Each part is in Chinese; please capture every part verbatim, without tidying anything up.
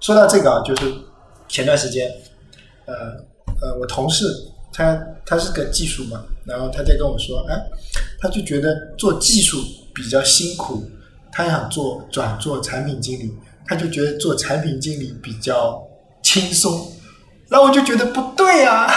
说到这个啊，就是前段时间，呃呃，我同事他他是个技术嘛，然后他在跟我说，哎，他就觉得做技术比较辛苦，他想做转做产品经理，他就觉得做产品经理比较轻松，然后我就觉得不对啊。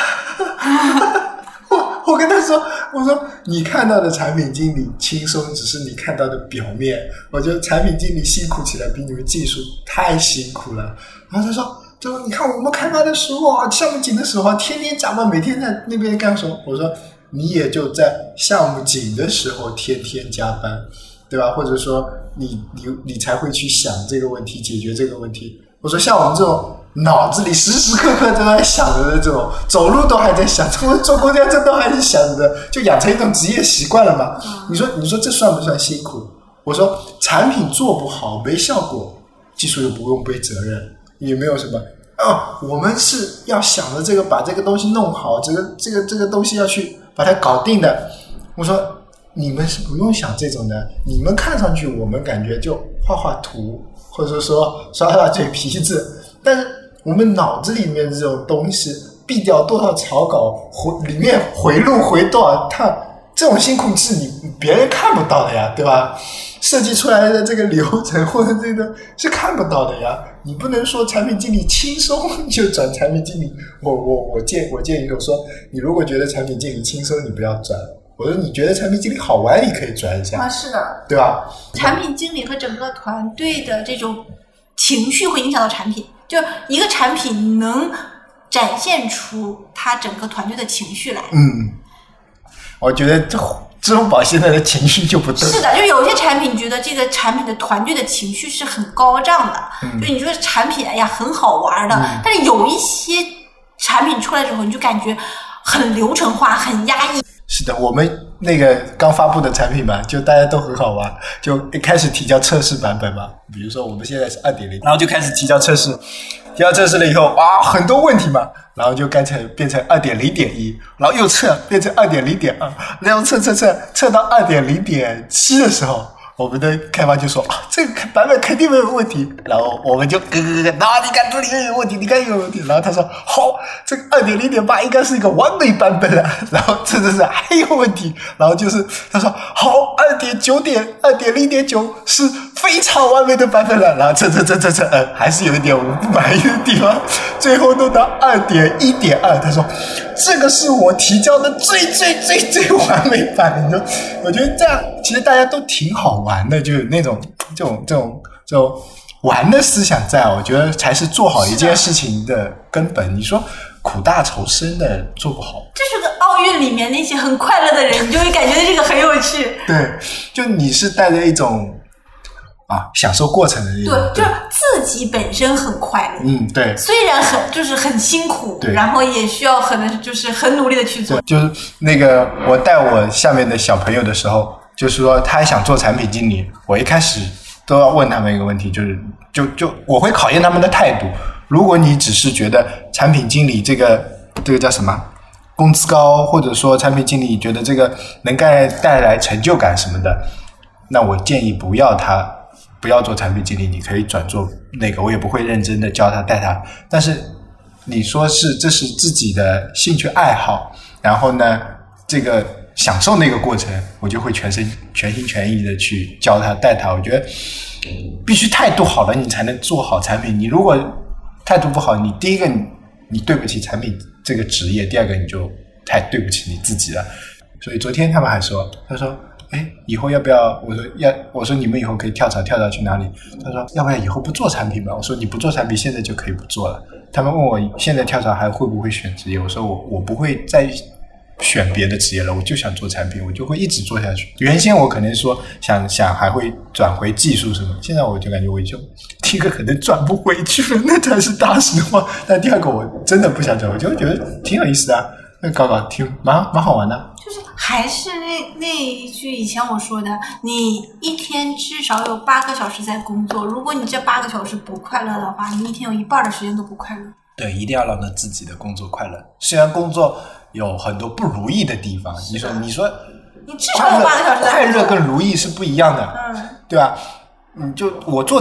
我我跟他说，我说你看到的产品经理轻松，只是你看到的表面。我觉得产品经理辛苦起来比你们技术太辛苦了。然后他说，就说你看我们开发的时候啊，项目紧的时候啊，天天加班，每天在那边干什么？我说你也就在项目紧的时候天天加班，对吧？或者说你你你才会去想这个问题，解决这个问题。我说像我们这种脑子里时时刻刻都在想着的这种，走路都还在想，坐公交车都还在想着，就养成一种职业习惯了嘛。你说你说这算不算辛苦？我说产品做不好没效果，技术又不用背责任，也没有什么哦，我们是要想着这个把这个东西弄好，这个这个这个东西要去把它搞定的。我说你们是不用想这种的，你们看上去我们感觉就画画图，或者说刷刷嘴皮子，但是我们脑子里面这种东西，避掉多少草稿，回里面回路回多少趟，这种辛苦是你别人看不到的呀，对吧？设计出来的这个流程或者这个是看不到的呀，你不能说产品经理轻松就转产品经理。我我我建我建议我说，你如果觉得产品经理轻松，你不要转。我说你觉得产品经理好玩，你可以转一下啊，是的， 对吧？ 产品经理和整个团队的这种情绪会影响到产品，就一个产品能展现出它整个团队的情绪来。 嗯，我觉得这支付宝现在的情绪就不对。 是的，就有些产品觉得这个产品的团队的情绪是很高涨的，嗯、就你说产品哎呀很好玩的、嗯，但是有一些产品出来之后，你就感觉很流程化，很压抑。 是的，我们那个刚发布的产品嘛，就大家都很好玩，就一开始提交测试版本嘛，比如说我们现在是 二点零， 然后就开始提交测试，提交测试了以后，哇，很多问题嘛，然后就干脆变成 二点零点一， 然后又测变成 二点零点二， 然后测测测测到 二点零点七 的时候，我们的开发就说啊，这个版本肯定没有问题，然后我们就咯咯咯，那你看这里有问题，你看有问题，然后他说好，这个 二点零点八 应该是一个完美版本了，然后这这是还有问题，然后就是他说好 二点九 点 二点零点九 是非常完美的版本了，然后这这这这这呃还是有一点我们不满意的地方，最后弄到 二点一点二， 他说这个是我提交的最最最最完美版。你说我觉得这样其实大家都挺好玩的，就是那种这种这种这种玩的思想在，我觉得才是做好一件事情的根本。你说苦大仇深的做不好， 这是个奥运里面那些很快乐的人，你就会感觉这个很有趣。 对，就你是带着一种啊享受过程的那种， 对，就是自己本身很快乐。 嗯，对， 虽然很就是很辛苦，然后也需要很就是很努力的去做。 就是那个我带我下面的小朋友的时候，就是说他想做产品经理，我一开始都要问他们一个问题，就是就就我会考验他们的态度。如果你只是觉得产品经理这个这个叫什么工资高，或者说产品经理觉得这个能带带来成就感什么的，那我建议不要他不要做产品经理，你可以转做那个，我也不会认真的教他带他。但是你说是这是自己的兴趣爱好，然后呢这个享受那个过程，我就会全身全心全意的去教他带他。我觉得必须态度好了你才能做好产品，你如果态度不好，你第一个 你, 你对不起产品这个职业，第二个你就太对不起你自己了。所以昨天他们还说，他说哎，以后要不要？我说要，我说你们以后可以跳槽，跳槽去哪里？他说要不然以后不做产品吧？我说你不做产品，现在就可以不做了。他们问我现在跳槽还会不会选职业？我说我我不会再选别的职业了，我就想做产品，我就会一直做下去。原先我可能说想想还会转回技术什么，现在我就感觉我就第一个可能转不回去了，那才是大实话。但第二个我真的不想转，我就觉得挺有意思的、啊。那搞搞挺蛮蛮好玩的， 就是还是那那一句以前我说的，你一天至少有八个小时在工作，如果你这八个小时不快乐的话，你一天有一半的时间都不快乐。 对，一定要让自己的工作快乐。虽然工作有很多不如意的地方，你说你说你至少有八个小时快乐跟如意是不一样的， 嗯， 对吧？嗯，就我做。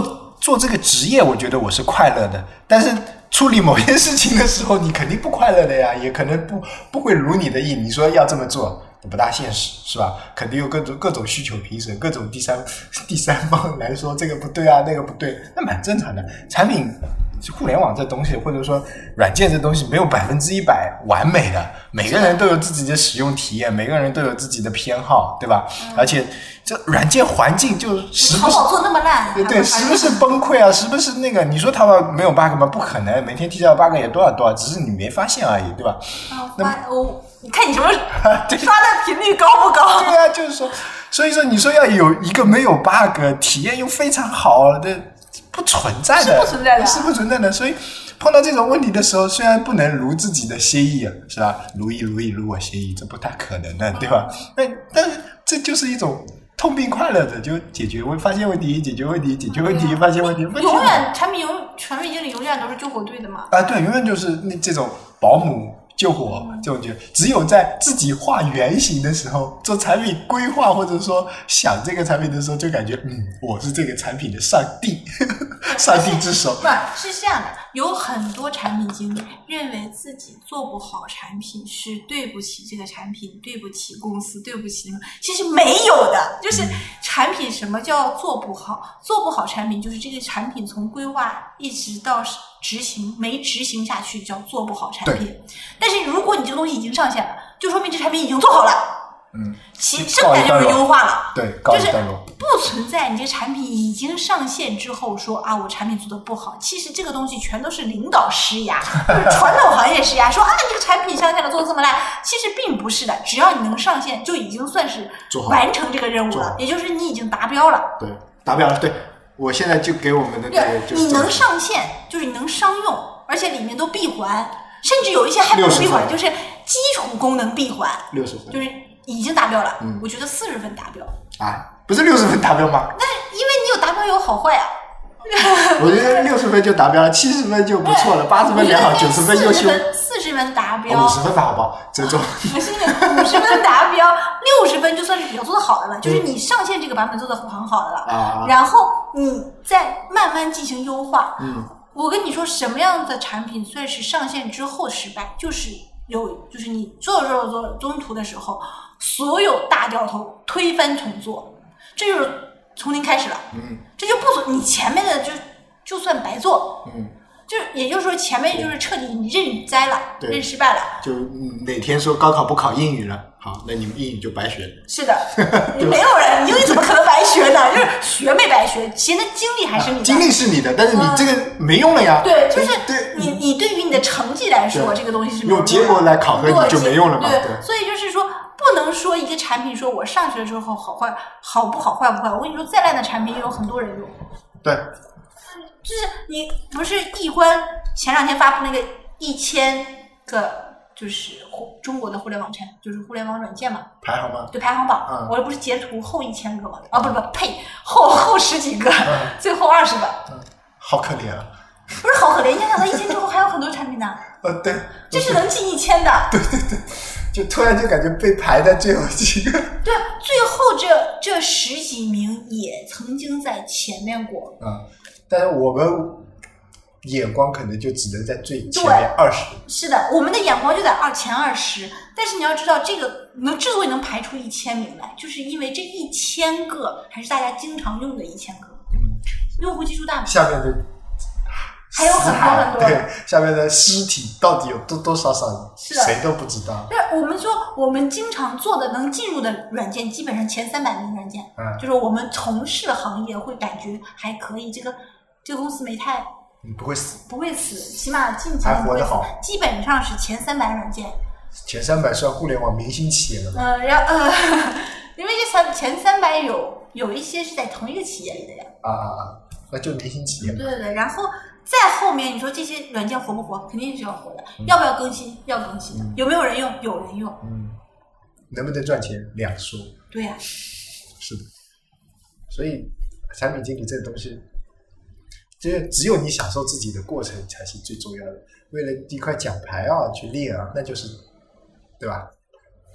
做这个职业，我觉得我是快乐的，但是处理某些事情的时候，你肯定不快乐的呀，也可能不不会如你的意。你说要这么做，不大现实，是吧？肯定有各种各种需求评审，各种第三第三方来说这个不对啊，那个不对，那蛮正常的。产品互联网这东西，或者说软件这东西，没有百分之一百完美的，每个人都有自己的使用体验，每个人都有自己的偏好，对吧？嗯、而且这软件环境就时不时淘宝做那么烂， 对对，时不时崩溃啊，时不时那个，你说淘宝没有 bug 吗？不可能，每天提交 bug 也多少多少，只是你没发现而已，对吧？ 啊，那我你看你什么刷的频率高不高？ 对啊，就是说，所以说你说要有一个没有 bug， 体验又非常好的。不存在的， 是不存在的， 是不存在的。所以碰到这种问题的时候，虽然不能如自己的心意，是吧？如意如意如我心意，这不太可能的，对吧？但但是这就是一种痛并快乐的，就解决问，发现问题，解决问题，解决问题，发现问题。问题永远产品永产品经理永远都是救火队的嘛？ 啊，对，永远就是那这种保姆。救火这种觉得，只有在自己画原型的时候，做产品规划或者说想这个产品的时候，就感觉嗯，我是这个产品的上帝，上帝之手。 不是这样的，有很多产品经理认为自己做不好产品是对不起这个产品，对不起公司，对不起，其实没有的，就是产品什么叫做不好？做不好产品就是这个产品从规划一直到执行没执行下去叫做不好产品。但是如果你这个东西已经上线了，就说明这产品已经做好了，嗯，其剩下就是优化了， 对， 就是不存在你这个产品已经上线之后说啊我产品做的不好，其实这个东西全都是领导施压，就是传统行业施压，说啊你这个产品上线了做的这么烂，其实并不是的，只要你能上线就已经算是完成这个任务了，也就是你已经达标了， 对，达标了，对。我现在就给我们的这个， 你能上线就是你能商用，而且里面都闭环，甚至有一些还不是闭环，就是基础功能闭环， 六十分， 就是已经达标了。嗯，我觉得四十分达标啊，不是六十分达标吗？ 但是因为你有达标有好坏啊。 我觉得六十分就达标了，七十分就不错了，八十分良好，九十分优秀， 四十分达标， 五十分吧，好不好？这种不是五十分达标，六十分就算是比较做的好的了，就是你上线这个版本做的很好的了，啊，然后你再慢慢进行优化。嗯，我跟你说，什么样的产品算是上线之后失败？就是有，就是你做着做着做着中途的时候，所有大掉头，推翻重做，这就是。从零开始了，嗯，这就不你前面的就就算白做，嗯，就也就是说前面就是彻底你认栽了，认失败了。 就哪天说高考不考英语了，好，那你们英语就白学。 是的，没有人英语怎么可能白学呢？就是学没白学，学的经历还是你的， 经历是你的，但是你这个没用了呀。 对，就是对你你对于你的成绩来说，这个东西是没用结果来考核你就没用了嘛。 对，所以就是说。不能说一个产品说我上去了之后好坏好不好坏不坏，我跟你说再烂的产品也有很多人用。 对， 就是你不是易观前两天发布那个一千个就是中国的互联网产就是互联网软件嘛排行榜， 对排行榜，嗯、我不是截图后一千个嘛？啊不不呸后后十几个，嗯、最后二十个， 嗯，好可怜啊！ 不是好可怜，你想想到一千之后还有很多产品呢。 呃对， 这是能进一千的。 对对对。就突然就感觉被排在最后几个， 对，最后这这十几名也曾经在前面过， 嗯，但是我们眼光可能就只能在最前面二十。 是的，我们的眼光就在二前二十，但是你要知道，这个能之所以能排出一千名来，就是因为这一千个还是大家经常用的一千个，嗯，用户基数大， 下面的。 还有很多很多， 对，下面的尸体到底有多多少少，谁都不知道。 对，我们说我们经常做的能进入的软件，基本上前三百名软件，嗯，就是我们从事的行业会感觉还可以，这个这个公司没太， 嗯，不会死， 不会死，起码近几年不会死，基本上是前三百软件。 前三百算互联网明星企业了吧？ 嗯，然后呃，因为这三前三百有有一些是在同一个企业里的呀。 啊啊啊！那就明星企业。 对对对，然后。再后面你说这些软件活不活？肯定是要活的，嗯、要不要更新？要更新的，嗯、有没有人用？有人用。嗯， 能不能赚钱？两说。 对呀、啊， 是的。所以产品经理这个东西，就是只有你享受自己的过程才是最重要的。为了一块奖牌啊去练啊，那就是，对吧？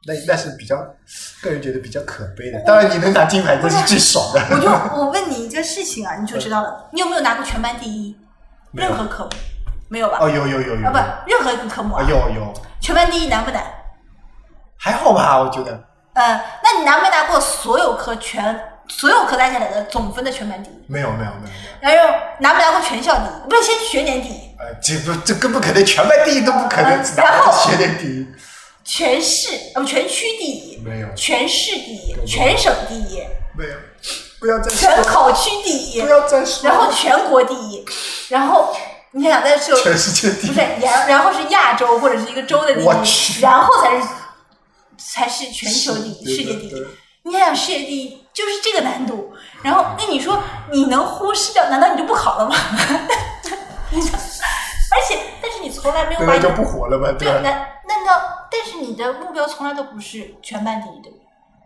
那那是比较个人觉得比较可悲的。当然，你能拿金牌这是最爽的。 我就我问你一个事情啊，你就知道了。你有没有拿过全班第一？任何科目没有吧？ 哦，有有有有啊，不，任何一个科目啊， 哦、有有。 全班第一难不难？ 还好吧，我觉得。 呃，那你拿没拿过所有科全所有科加起来的总分的全班第一？ 没有没有没有没有。 然后拿没拿过全校第一？不是，先学年第一。 呃，这不这更不可能，全班第一都不可能拿到学年第一。 全市呃全区第一没有， 全市第一，全省第一没有，不要再说， 全考区第一， 不要再说， 然后全国第一，然后你想想，再是全世界第一， 不是，然然后是亚洲或者是一个州的第一，然后才是才是全球第一，世界第一。你想想，世界第一就是这个难度，然后那你说你能忽视掉？难道你就不考了吗？而且，但是你从来没有把你就不活了吗？ 对，难难道？但是你的目标从来都不是全班第一，对不对？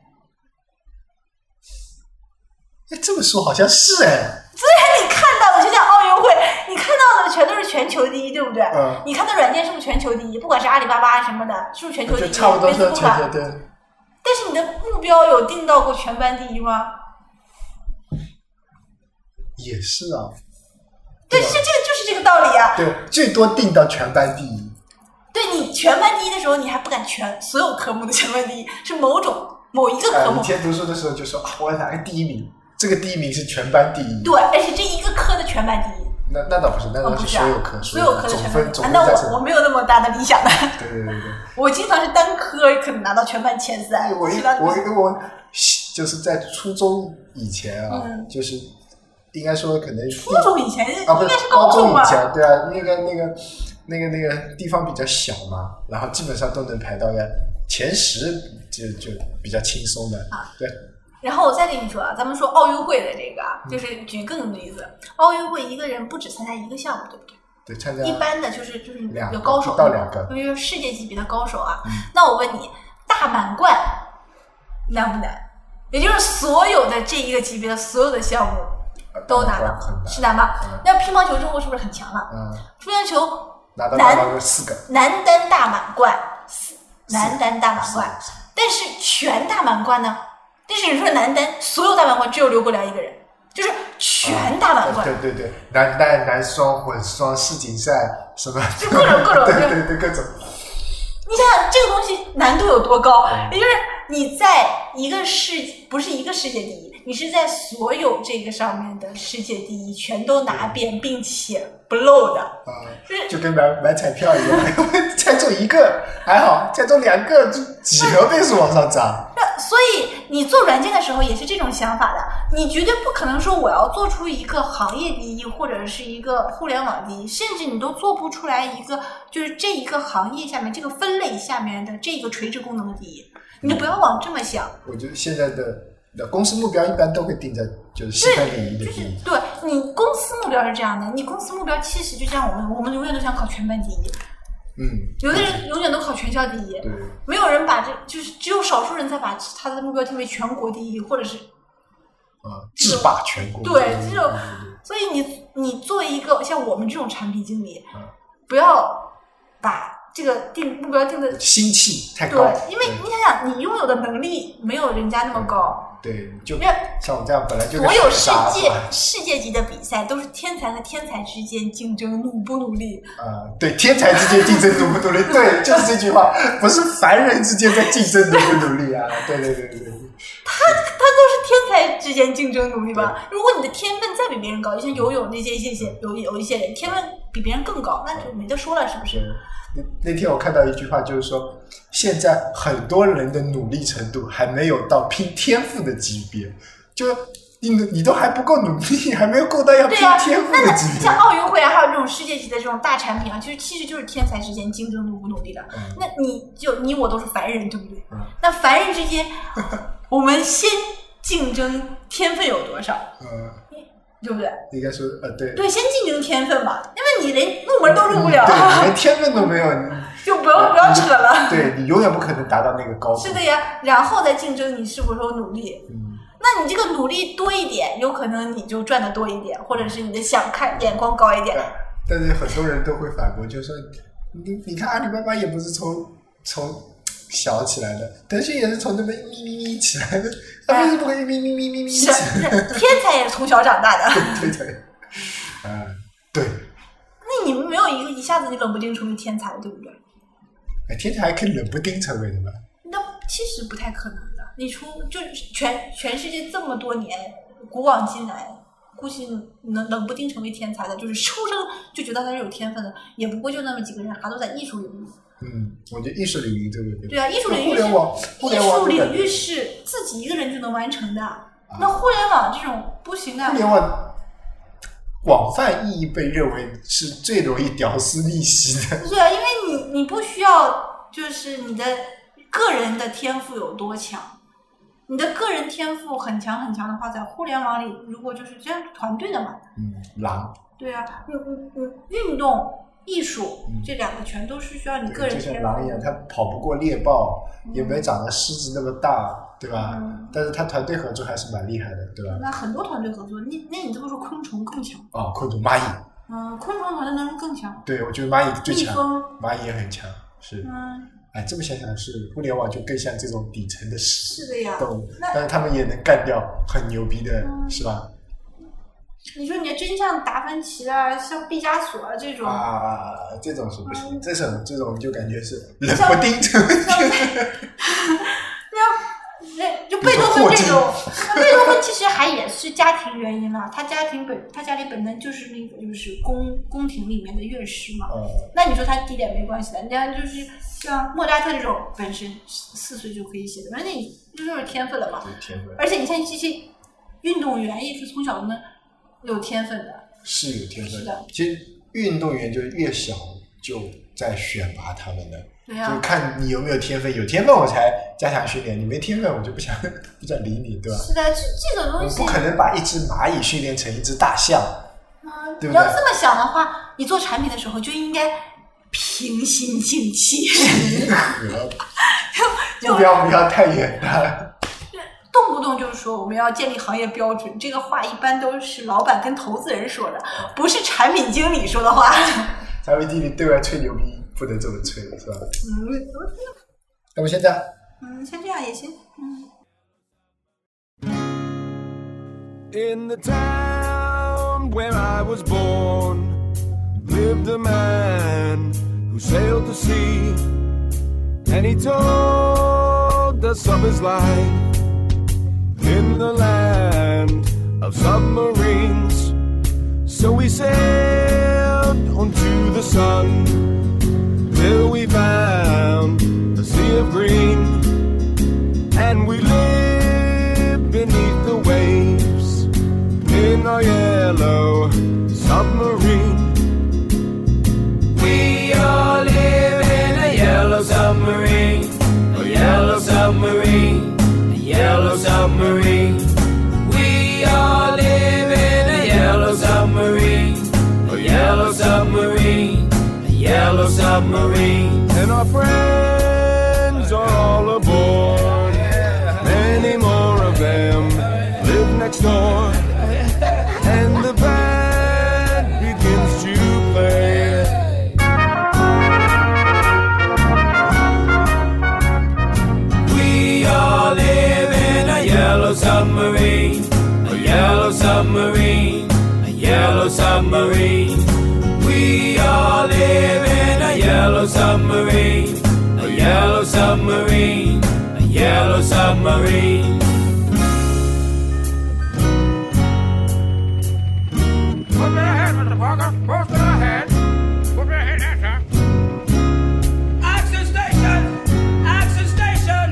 哎，这么说好像是哎。 虽然你看到的就像奥运会，你看到的全都是全球第一，对不对？ 嗯。 你看的软件是不是全球第一？不管是阿里巴巴什么的，是不是全球第一？ 差不多是全球对。 但是你的目标有定到过全班第一吗？ 也是啊。 对，是这个，就是这个道理啊。 对，最多定到全班第一。对， 你全班第一的时候，你还不敢全所有科目的全班第一，是某种某一个科目。 以前读书的时候就说啊，我要拿个第一名，这个第一名是全班第一。 对，而且这一个科的全班第一。 那那倒不是，那倒是所有科， 哦、所有科的全班总分。 啊、那我我没有那么大的理想的。 对对对对。 我经常是单科可能拿到全班前三。 我我我就是在初中以前啊，嗯、就是。应该说可能初中以前啊，不是高中以前，对啊，那个那个那个那个地方比较小嘛，然后基本上都能排到个前十，就就比较轻松的啊。对。 然后我再跟你说啊，咱们说奥运会的这个，就是举更例子，嗯、奥运会一个人不只参加一个项目，对不对？ 对，参加一般的就是就是有高手到两个， 比如说世界级别的高手啊。嗯、那我问你，大满贯难不难？也就是所有的这一个级别的所有的项目。都拿到，是难吧？嗯、那乒乓球中国是不是很强了？嗯，乒乓球拿到男四个， 男单大满贯，男单大满贯，但是全大满贯呢？但是你说男单所有大满贯只有刘国梁一个人，就是全大满贯。 嗯、对对对，男单、男双、混双、世锦赛什么， 就各种各种， 对对对，各种。 你想想这个东西难度有多高？嗯、也就是你在一个世不是一个世界第一。你是在所有这个上面的世界第一全都拿遍，并且不漏的啊，就跟买买彩票一样，猜中一个还好，猜中两个就几何倍数往上涨。 所以你做软件的时候也是这种想法的，你绝对不可能说我要做出一个行业第一，或者是一个互联网第一，甚至你都做不出来一个就是这一个行业下面这个分类下面的这个垂直功能的第一，你就不要往这么想。 我觉得现在的。公司目标一般都会定在就是细分领域的第一。 对，你公司目标是这样的，你公司目标其实就像我们，我们永远都想考全班第一。 嗯。 有的人永远都考全校第一。 对。 没有人把这就是只有少数人才把他的目标定为全国第一，或者是。 啊、嗯，制霸全国。 对，这种，所以你你作为一个像我们这种产品经理，嗯、不要把。这个定目标定的心气太高， 对，因为你想想，你拥有的能力没有人家那么高， 对，就像我这样本来就所有世界世界级的比赛都是天才和天才之间竞争，努不努力啊、呃？对，天才之间竞争，努不努力？对，就是这句话，不是凡人之间在竞争，努不努力啊？对对对对对， 他他都是天才之间竞争努力吧？如果你的天分再比别人高，就像游泳那些这些有有一些人天分比别人更高，那就没得说了，是不是？ 那天我看到一句话，就是说，现在很多人的努力程度还没有到拼天赋的级别，就你你都还不够努力，还没有够到要拼天赋的级别。 像奥运会啊，还有这种世界级的这种大产品啊，其实其实就是天才之间竞争努不努力的。嗯、那你就你我都是凡人，对不对？嗯、那凡人之间，我们先竞争天分有多少？嗯。对不对？ 应该说，呃，对， 对，先竞争天分嘛，因为你连入门都入不了， 对，你连天分都没有， 就不要不要扯了。 对，你永远不可能达到那个高度。 是的呀，然后再竞争你是否有努力。嗯，那你这个努力多一点，有可能你就赚的多一点，或者是你的想看眼光高一点。 但是很多人都会反驳，就说你你看阿里巴巴也不是从从小起来的。德勋也是从那边咪咪咪起来的，他为什么不可以咪咪咪咪咪起来？ 天才也是从小长大的。 对对对，啊、呃，对。 那你们没有一个一下子就冷不丁成为天才，对不对？ 哎，天才还可以冷不丁成为的吗？ 那其实不太可能的。你从就是全全世界这么多年古往今来，估计能冷不丁成为天才的，就是出生就觉得他是有天分的，也不过就那么几个人，还都在艺术领域。 嗯，我觉得艺术领域这个对啊，艺术领域是互联网，互联网艺术领域是自己一个人就能完成的。啊、那互联网这种不行的。 互联网广泛意义被认为是最容易屌丝逆袭的。 对啊，因为你你不需要就是你的个人的天赋有多强。你的个人天赋很强很强的话，在互联网里，如果就是这样团队的嘛， 嗯，狼， 对啊，你你你运动、艺术、嗯、这两个全都是需要你个人天赋。就像狼一样，他跑不过猎豹，嗯、也没长得狮子那么大，对吧？嗯、但是他团队合作还是蛮厉害的，对吧？ 那很多团队合作，你那你这么说，昆虫更强哦，昆虫蚂蚁， 嗯，昆虫团队能力更强。 对，我觉得蚂蚁最强， 蜜蜂蚂蚁也很强，是。 嗯。 哎，这么想想是互联网就更像这种底层的是的呀动物，但是他们也能干掉很牛逼的，嗯、是吧？ 你说你的真像达芬奇啊，像毕加索啊这种啊，这种是不行， 嗯、 这种这种就感觉是冷不丁成。 那就贝多芬这种，贝多芬其实还也是家庭原因了。他家庭本他家里本身就是那个就是宫宫廷里面的乐师嘛。 嗯、 那你说他低点没关系的，人家就是像莫扎特这种本身四岁就可以写的，反正你这就是天分了嘛。 天分。而且你像这些运动员也是从小就能有天分的。 是有天分是的。 其实运动员就越小就在选拔他们的。 对啊， 就看你有没有天分，有天分我才加强训练，你没天分我就不想不想理你，对吧？ 是的，这这个东西我不可能把一只蚂蚁训练成一只大象， 啊， 对不对？ 你要这么想的话，你做产品的时候就应该平心静气， 目标不要太远大了。 动不动就是说我们要建立行业标准，这个话一般都是老板跟投资人说的，不是产品经理说的话。 产品经理对外吹牛逼不能这么吹，是吧？ 嗯， 那么现在， 嗯，先这样也行。嗯。 In the town where I was born, lived a man who sailed the sea, and he told us of his life in the land of submarines. So we sailed onto the sun till we found a sea of green, and we lived beneath the waves in our yellow submarine. We all live in a yellow submarine, a yellow submarine, a yellow submarine. We all live in a yellow submarine, a yellow submarine, a yellow submarine. And our friends are all aboard, many more of them live next door, and the band begins to play. We all live in a yellow submarine, a yellow submarine, a yellow submarine. We all live in a yellow submarine, a yellow submarine, a yellow submarine. Put me ahead, Mister Parker. Put me ahead. Put me ahead, sir. Action station! Action station!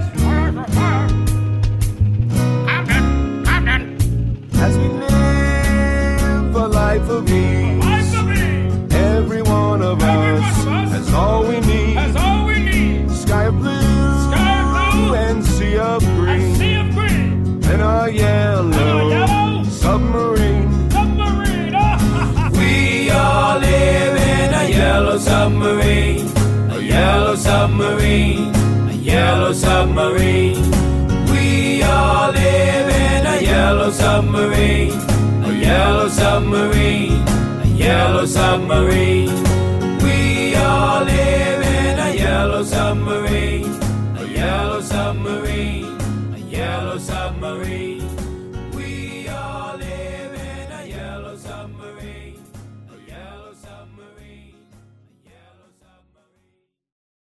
I'm done. I'm done. As we live a life of ease, life of ease. Every one of Every us, one of us has all we need. Has all we need. Sky of blue, Sky of blue and sea of green, and sea of green. And a yellow, and a yellow submarine. We all live in a yellow submarine, a yellow submarine, a yellow submarine. We all live in a yellow submarine, a yellow submarine, a yellow submarine. We all live in a yellow submarine, a yellow yellow submarine.